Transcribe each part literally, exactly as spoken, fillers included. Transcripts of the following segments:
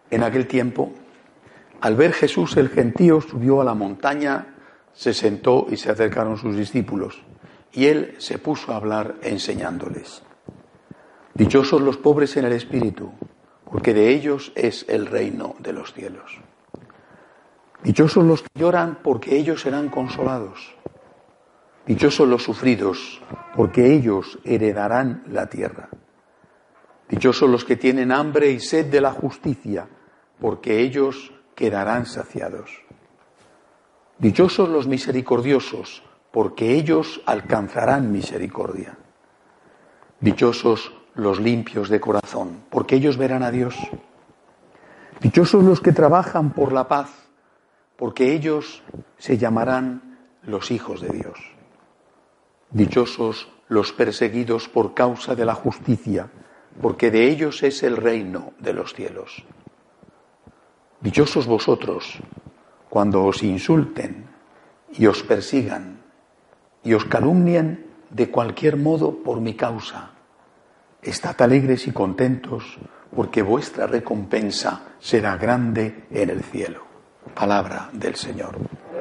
En aquel tiempo, al ver Jesús el gentío subió a la montaña, se sentó y se acercaron sus discípulos, y él se puso a hablar enseñándoles. Dichosos los pobres en el espíritu, porque de ellos es el reino de los cielos. Dichosos los que lloran, porque ellos serán consolados. Dichosos los sufridos, porque ellos heredarán la tierra. Dichosos los que tienen hambre y sed de la justicia, porque ellos quedarán saciados. Dichosos los misericordiosos, porque ellos alcanzarán misericordia. Dichosos los limpios de corazón, porque ellos verán a Dios. Dichosos los que trabajan por la paz, porque ellos se llamarán los hijos de Dios. Dichosos los perseguidos por causa de la justicia, porque de ellos es el reino de los cielos. Dichosos vosotros cuando os insulten y os persigan y os calumnien de cualquier modo por mi causa. Estad alegres y contentos, porque vuestra recompensa será grande en el cielo. Palabra del Señor.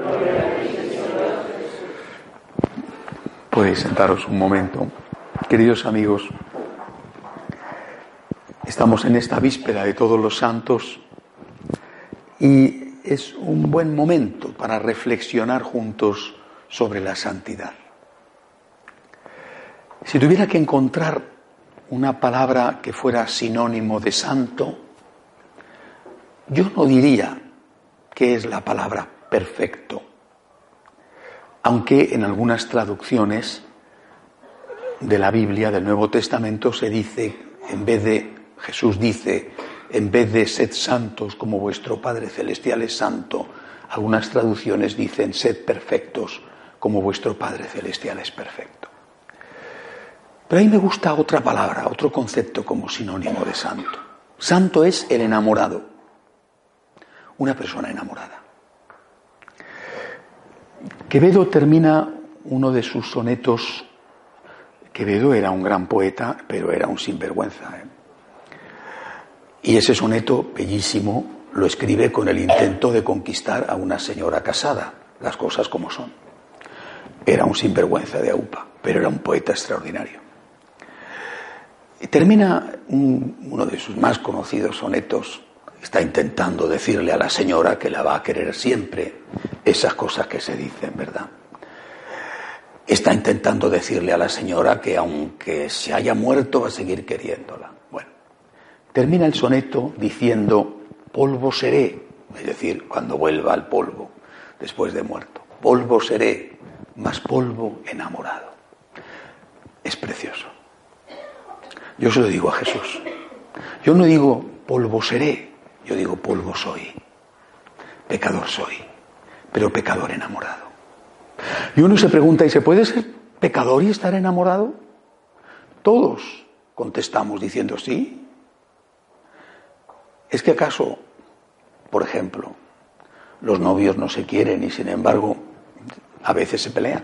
Podéis sentaros un momento. Queridos amigos, estamos en esta víspera de Todos los Santos y es un buen momento para reflexionar juntos sobre la santidad. Si tuviera que encontrar una palabra que fuera sinónimo de santo, yo no diría que es la palabra perfecto, aunque en algunas traducciones de la Biblia, del Nuevo Testamento, se dice, en vez de, Jesús dice, en vez de sed santos como vuestro Padre Celestial es santo, algunas traducciones dicen sed perfectos como vuestro Padre Celestial es perfecto. Pero a mí me gusta otra palabra, otro concepto como sinónimo de santo. Santo es el enamorado, una persona enamorada. Quevedo termina uno de sus sonetos. Quevedo era un gran poeta, pero era un sinvergüenza, ¿eh? Y ese soneto, bellísimo, lo escribe con el intento de conquistar a una señora casada, las cosas como son. Era un sinvergüenza de aupa, pero era un poeta extraordinario. Y termina un, uno de sus más conocidos sonetos, está intentando decirle a la señora que la va a querer siempre, esas cosas que se dicen, ¿verdad? Está intentando decirle a la señora que aunque se haya muerto va a seguir queriéndola. Bueno, termina el soneto diciendo, polvo seré, es decir, cuando vuelva al polvo, después de muerto. Polvo seré, más polvo enamorado. Es precioso. Yo se lo digo a Jesús. Yo no digo polvo seré, yo digo polvo soy. Pecador soy, pero pecador enamorado. Y uno se pregunta, ¿y se puede ser pecador y estar enamorado? Todos contestamos diciendo sí. ¿Es que acaso, por ejemplo, los novios no se quieren y sin embargo a veces se pelean?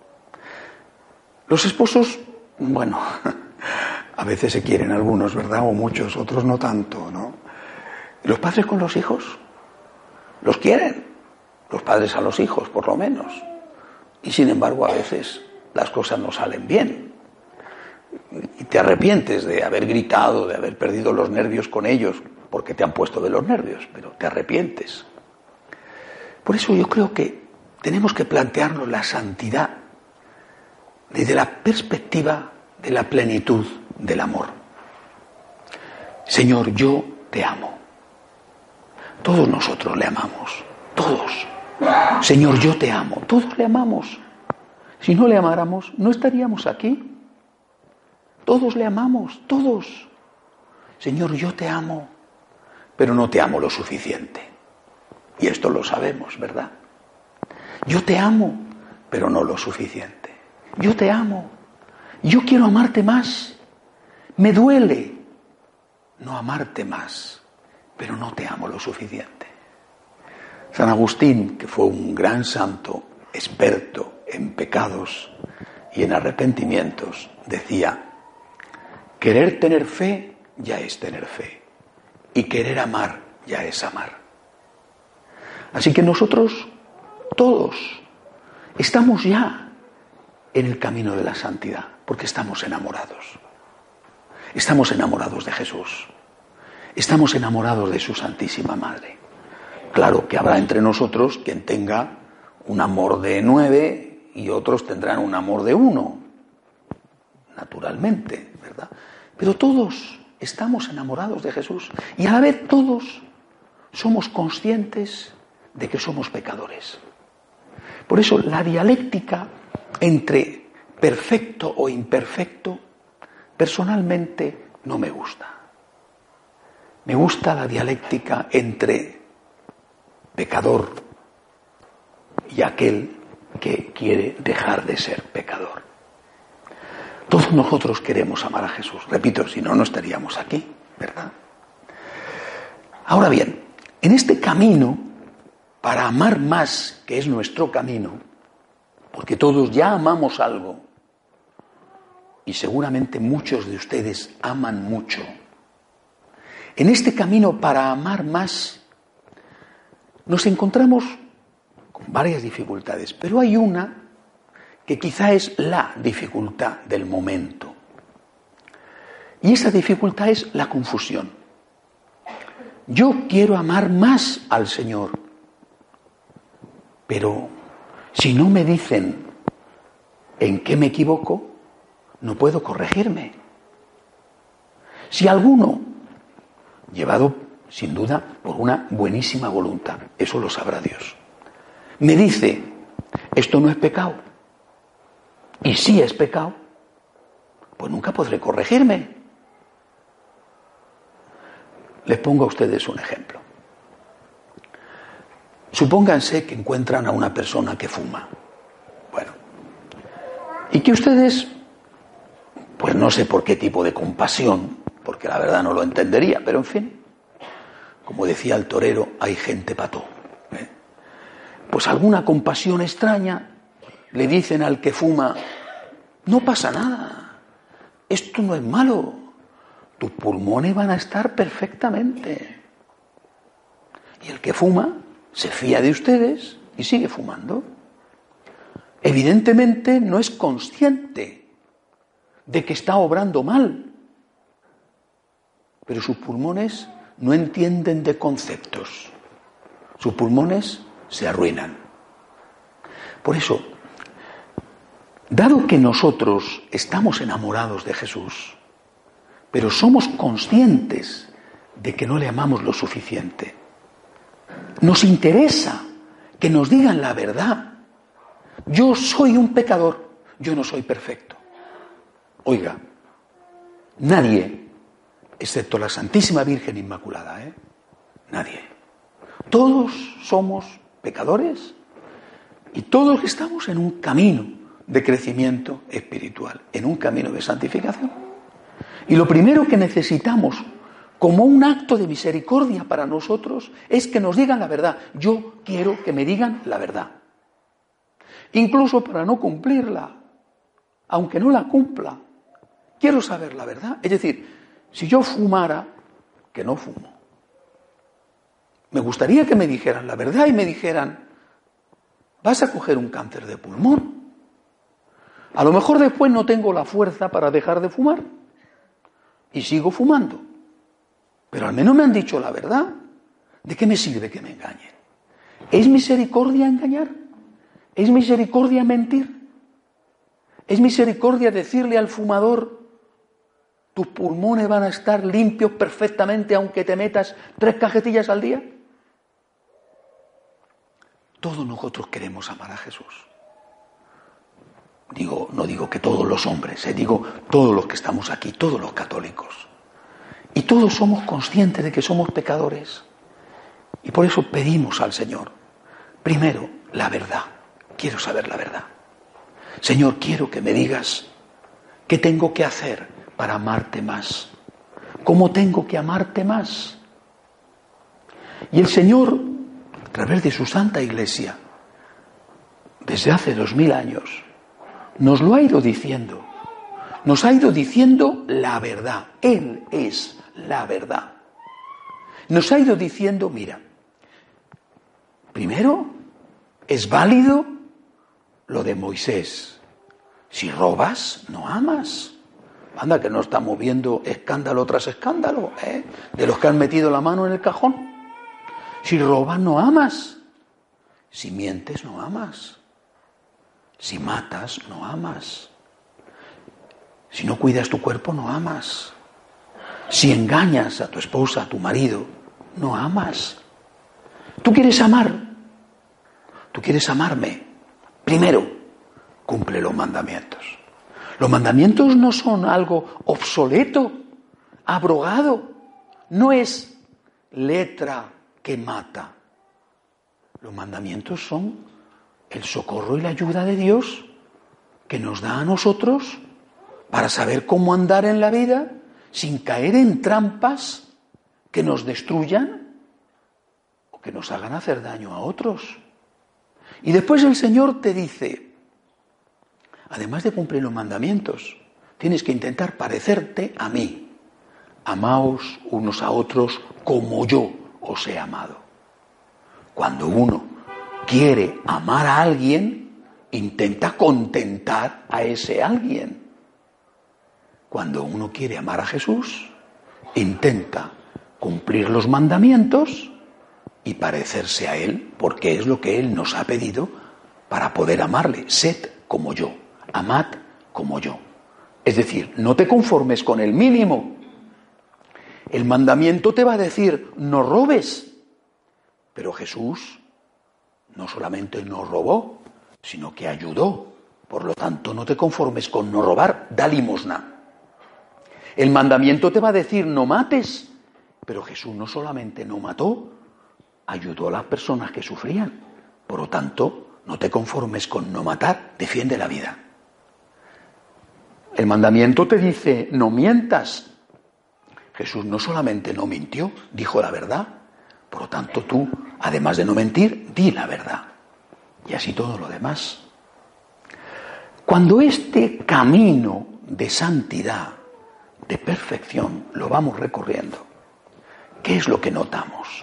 Los esposos, bueno, a veces se quieren algunos, ¿verdad? O muchos, otros no tanto, ¿no? ¿Los padres con los hijos? Los quieren, los padres a los hijos, por lo menos. Y sin embargo, a veces las cosas no salen bien. Y te arrepientes de haber gritado, de haber perdido los nervios con ellos, porque te han puesto de los nervios, pero te arrepientes. Por eso yo creo que tenemos que plantearnos la santidad desde la perspectiva de la plenitud del amor. Señor, yo te amo. Todos nosotros le amamos, todos. Señor, yo te amo, todos le amamos. Si no le amáramos, no estaríamos aquí. Todos le amamos, todos. Señor, yo te amo, pero no te amo lo suficiente. Y esto lo sabemos, ¿verdad? Yo te amo, pero no lo suficiente. Yo te amo. Yo quiero amarte más. Me duele no amarte más, pero no te amo lo suficiente. San Agustín, que fue un gran santo, experto en pecados y en arrepentimientos, decía, querer tener fe ya es tener fe, y querer amar ya es amar. Así que nosotros, todos, estamos ya en el camino de la santidad, porque estamos enamorados. Estamos enamorados de Jesús. Estamos enamorados de su Santísima Madre. Claro que habrá entre nosotros quien tenga un amor de nueve y otros tendrán un amor de uno. Naturalmente, ¿verdad? Pero todos estamos enamorados de Jesús y a la vez todos somos conscientes de que somos pecadores. Por eso la dialéctica entre perfecto o imperfecto personalmente no me gusta. Me gusta la dialéctica entre pecador y aquel que quiere dejar de ser pecador. Todos nosotros queremos amar a Jesús. Repito, si no, no estaríamos aquí, ¿verdad? Ahora bien, en este camino, para amar más, que es nuestro camino, porque todos ya amamos algo, y seguramente muchos de ustedes aman mucho, en este camino para amar más, nos encontramos con varias dificultades, pero hay una que quizá es la dificultad del momento. Y esa dificultad es la confusión. Yo quiero amar más al Señor, pero si no me dicen en qué me equivoco, no puedo corregirme. Si alguno, llevado sin duda por una buenísima voluntad, eso lo sabrá Dios, me dice, esto no es pecado, y sí es pecado, pues nunca podré corregirme. Les pongo a ustedes un ejemplo. Supónganse que encuentran a una persona que fuma. Bueno, y que ustedes, pues no sé por qué tipo de compasión, porque la verdad no lo entendería, pero en fin, como decía el torero, hay gente pató. ¿eh? Pues alguna compasión extraña le dicen al que fuma, no pasa nada, esto no es malo, tus pulmones van a estar perfectamente. Y el que fuma se fía de ustedes y sigue fumando. Evidentemente no es consciente de que está obrando mal, pero sus pulmones no entienden de conceptos. Sus pulmones se arruinan. Por eso, dado que nosotros estamos enamorados de Jesús, pero somos conscientes de que no le amamos lo suficiente, nos interesa que nos digan la verdad. Yo soy un pecador, yo no soy perfecto. Oiga, nadie, excepto la Santísima Virgen Inmaculada, ¿eh? Nadie. Todos somos pecadores y todos estamos en un camino de crecimiento espiritual, en un camino de santificación. Y lo primero que necesitamos como un acto de misericordia para nosotros es que nos digan la verdad. Yo quiero que me digan la verdad. Incluso para no cumplirla, aunque no la cumpla, quiero saber la verdad. Es decir, si yo fumara, que no fumo, me gustaría que me dijeran la verdad y me dijeran, vas a coger un cáncer de pulmón. A lo mejor después no tengo la fuerza para dejar de fumar y sigo fumando. Pero al menos me han dicho la verdad. ¿De qué me sirve que me engañen? ¿Es misericordia engañar? ¿Es misericordia mentir? ¿Es misericordia decirle al fumador, tus pulmones van a estar limpios perfectamente aunque te metas tres cajetillas al día? Todos nosotros queremos amar a Jesús. Digo, no digo que todos los hombres, eh, digo todos los que estamos aquí, todos los católicos. Y todos somos conscientes de que somos pecadores. Y por eso pedimos al Señor, primero, la verdad. Quiero saber la verdad. Señor, quiero que me digas qué tengo que hacer para amarte más. ¿Cómo tengo que amarte más? Y el Señor, a través de su Santa Iglesia, desde hace dos mil años, nos lo ha ido diciendo. Nos ha ido diciendo la verdad. Él es la verdad. Nos ha ido diciendo, mira, primero es válido lo de Moisés. Si robas, no amas. Anda, que no estamos viendo escándalo tras escándalo, ¿eh? De los que han metido la mano en el cajón. Si robas, no amas. Si mientes, no amas. Si matas, no amas. Si no cuidas tu cuerpo, no amas. Si engañas a tu esposa, a tu marido, no amas. ¿Tú quieres amar? ¿Tú quieres amarme? Primero, cumple los mandamientos. Los mandamientos no son algo obsoleto, abrogado. No es letra que mata. Los mandamientos son el socorro y la ayuda de Dios que nos da a nosotros para saber cómo andar en la vida sin caer en trampas que nos destruyan o que nos hagan hacer daño a otros. Y después el Señor te dice, además de cumplir los mandamientos, tienes que intentar parecerte a mí. Amaos unos a otros como yo os he amado. Cuando uno quiere amar a alguien, intenta contentar a ese alguien. Cuando uno quiere amar a Jesús, intenta cumplir los mandamientos y parecerse a Él, porque es lo que Él nos ha pedido para poder amarle. Sed como yo, amad como yo. Es decir, no te conformes con el mínimo. El mandamiento te va a decir, no robes. Pero Jesús no solamente no robó, sino que ayudó. Por lo tanto, no te conformes con no robar, da limosna. El mandamiento te va a decir, no mates. Pero Jesús no solamente no mató, ayudó a las personas que sufrían. Por lo tanto, no te conformes con no matar, defiende la vida. El mandamiento te dice, no mientas. Jesús no solamente no mintió, dijo la verdad. Por lo tanto, tú, además de no mentir, di la verdad. Y así todo lo demás. Cuando este camino de santidad, de perfección, lo vamos recorriendo, ¿qué es lo que notamos?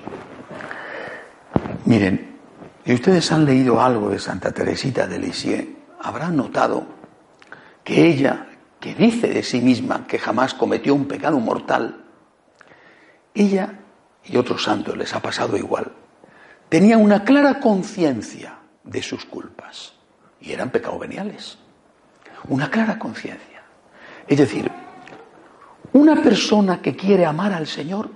Miren, si ustedes han leído algo de Santa Teresita de Lisieux, habrán notado que ella, que dice de sí misma que jamás cometió un pecado mortal, ella y otros santos les ha pasado igual, tenía una clara conciencia de sus culpas y eran pecados veniales. Una clara conciencia. Es decir, una persona que quiere amar al Señor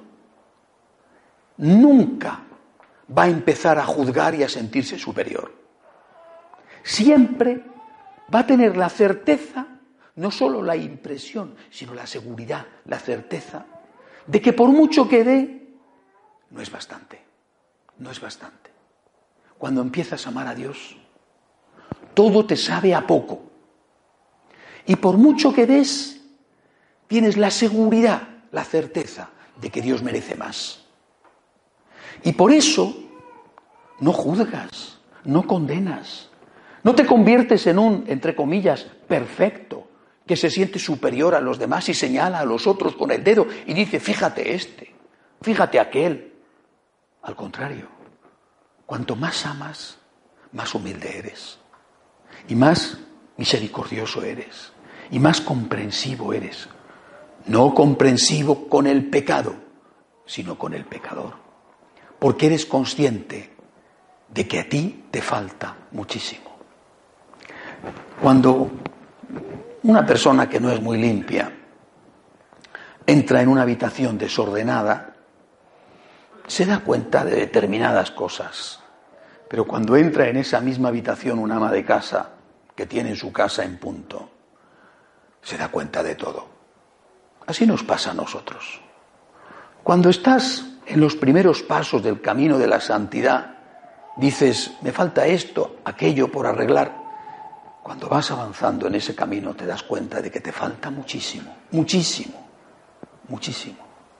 nunca va a empezar a juzgar y a sentirse superior. Siempre va a tener la certeza, no solo la impresión, sino la seguridad, la certeza, de que por mucho que dé, no es bastante. No es bastante. Cuando empiezas a amar a Dios, todo te sabe a poco. Y por mucho que des, tienes la seguridad, la certeza de que Dios merece más. Y por eso no juzgas, no condenas, no te conviertes en un, entre comillas, perfecto, que se siente superior a los demás y señala a los otros con el dedo y dice, fíjate este, fíjate aquel. Al contrario, cuanto más amas, más humilde eres, y más misericordioso eres, y más comprensivo eres. No comprensivo con el pecado, sino con el pecador. Porque eres consciente de que a ti te falta muchísimo. Cuando una persona que no es muy limpia entra en una habitación desordenada, se da cuenta de determinadas cosas. Pero cuando entra en esa misma habitación un ama de casa que tiene su casa en punto, se da cuenta de todo. Así nos pasa a nosotros. Cuando estás en los primeros pasos del camino de la santidad, dices, me falta esto, aquello por arreglar. Cuando vas avanzando en ese camino te das cuenta de que te falta muchísimo, muchísimo, muchísimo.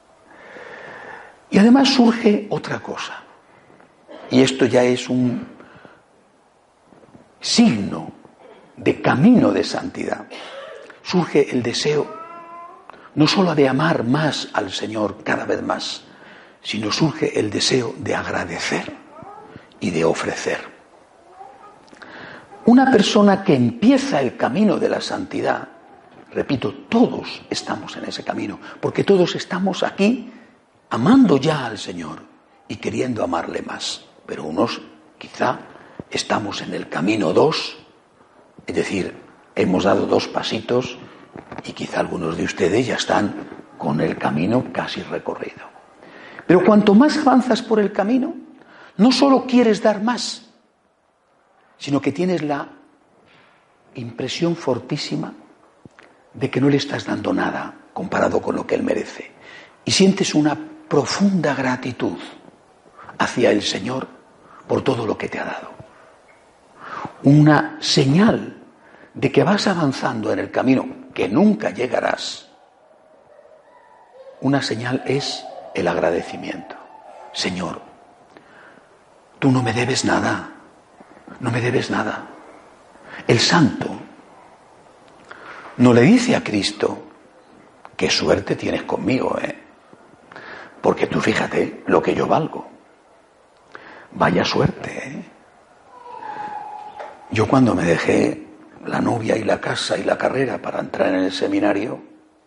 Y además surge otra cosa. Y esto ya es un signo de camino de santidad. Surge el deseo no solo de amar más al Señor cada vez más, sino surge el deseo de agradecer y de ofrecer. Una persona que empieza el camino de la santidad, repito, todos estamos en ese camino, porque todos estamos aquí amando ya al Señor y queriendo amarle más, pero unos quizá estamos en el camino dos, es decir, hemos dado dos pasitos y quizá algunos de ustedes ya están con el camino casi recorrido. Pero cuanto más avanzas por el camino, no solo quieres dar más, sino que tienes la impresión fortísima de que no le estás dando nada comparado con lo que él merece. Y sientes una profunda gratitud hacia el Señor por todo lo que te ha dado. Una señal de que vas avanzando en el camino, que nunca llegarás. Una señal es el agradecimiento. Señor, tú no me debes nada, no me debes nada. El santo no le dice a Cristo, qué suerte tienes conmigo, ¿eh? Porque tú fíjate lo que yo valgo. Vaya suerte, ¿eh? Yo cuando me dejé la novia y la casa y la carrera para entrar en el seminario,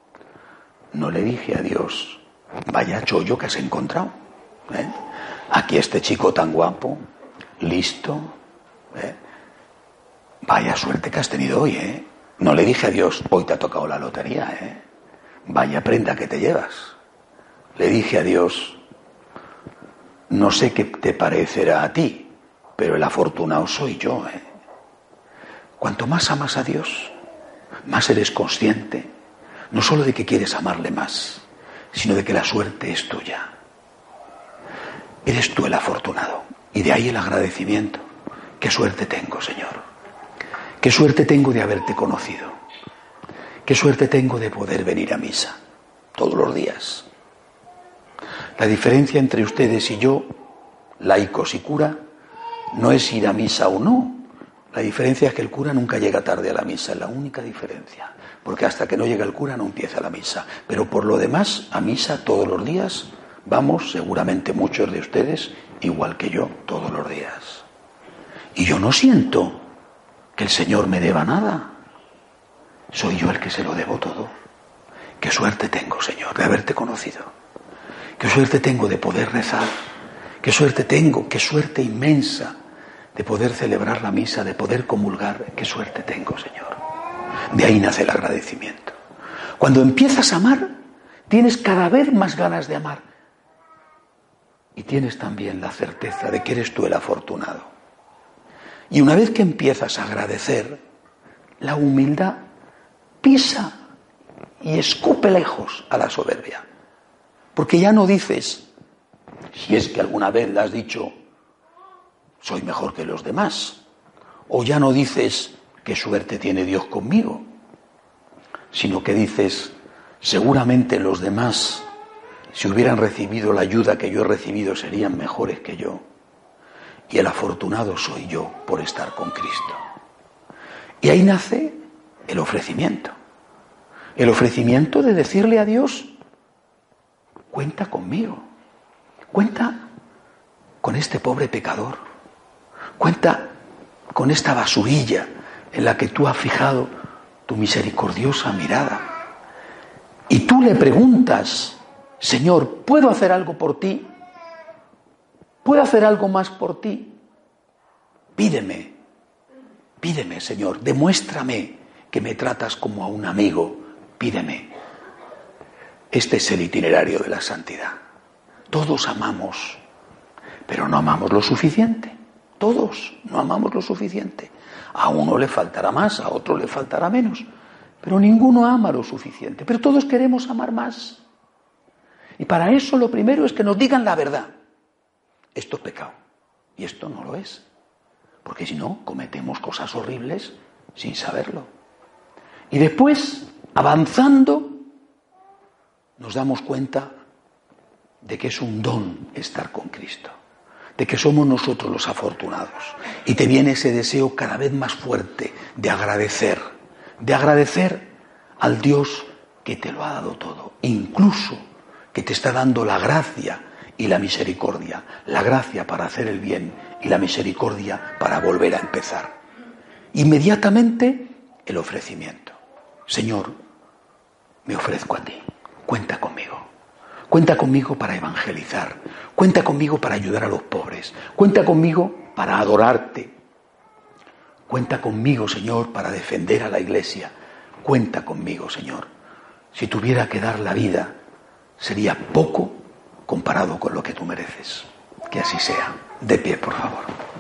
no le dije a Dios, vaya chollo que has encontrado, ¿eh? Aquí este chico tan guapo, listo, ¿eh? Vaya suerte que has tenido hoy, ¿eh? No le dije a Dios, hoy te ha tocado la lotería, ¿eh? Vaya prenda que te llevas. Le dije a Dios, no sé qué te parecerá a ti, pero el afortunado soy yo, ¿eh? Cuanto más amas a Dios, más eres consciente, no solo de que quieres amarle más, sino de que la suerte es tuya. Eres tú el afortunado, y de ahí el agradecimiento. Qué suerte tengo, Señor. Qué suerte tengo de haberte conocido. Qué suerte tengo de poder venir a misa todos los días. La diferencia entre ustedes y yo, laicos y cura, no es ir a misa o no. La diferencia es que el cura nunca llega tarde a la misa, es la única diferencia. Porque hasta que no llega el cura no empieza la misa. Pero por lo demás, a misa todos los días vamos, seguramente muchos de ustedes, igual que yo, todos los días. Y yo no siento que el Señor me deba nada. Soy yo el que se lo debo todo. Qué suerte tengo, Señor, de haberte conocido. Qué suerte tengo de poder rezar. Qué suerte tengo, qué suerte inmensa de poder celebrar la misa, de poder comulgar. Qué suerte tengo, Señor. De ahí nace el agradecimiento. Cuando empiezas a amar, tienes cada vez más ganas de amar. Y tienes también la certeza de que eres tú el afortunado. Y una vez que empiezas a agradecer, la humildad pisa y escupe lejos a la soberbia. Porque ya no dices, si es que alguna vez le has dicho, soy mejor que los demás. O ya no dices, qué suerte tiene Dios conmigo. Sino que dices, seguramente los demás, si hubieran recibido la ayuda que yo he recibido, serían mejores que yo. Y el afortunado soy yo por estar con Cristo. Y ahí nace el ofrecimiento. El ofrecimiento de decirle a Dios, cuenta conmigo. Cuenta con este pobre pecador. Cuenta con esta basurilla en la que tú has fijado tu misericordiosa mirada. Y tú le preguntas, Señor, ¿puedo hacer algo por ti? ¿Puedo hacer algo más por ti? Pídeme, pídeme, Señor, demuéstrame que me tratas como a un amigo, pídeme. Este es el itinerario de la santidad. Todos amamos, pero no amamos lo suficiente. Todos no amamos lo suficiente. A uno le faltará más, a otro le faltará menos, pero ninguno ama lo suficiente. Pero todos queremos amar más. Y para eso lo primero es que nos digan la verdad. Esto es pecado y esto no lo es, porque si no cometemos cosas horribles sin saberlo. Y después, avanzando, nos damos cuenta de que es un don estar con Cristo, de que somos nosotros los afortunados, y te viene ese deseo cada vez más fuerte de agradecer, de agradecer al Dios que te lo ha dado todo, incluso que te está dando la gracia y la misericordia, la gracia para hacer el bien y la misericordia para volver a empezar. Inmediatamente el ofrecimiento. Señor, me ofrezco a ti, cuenta conmigo. Cuenta conmigo para evangelizar, cuenta conmigo para ayudar a los pobres, cuenta conmigo para adorarte, cuenta conmigo, Señor, para defender a la Iglesia, cuenta conmigo, Señor. Si tuviera que dar la vida, sería poco comparado con lo que tú mereces. Que así sea. De pie, por favor.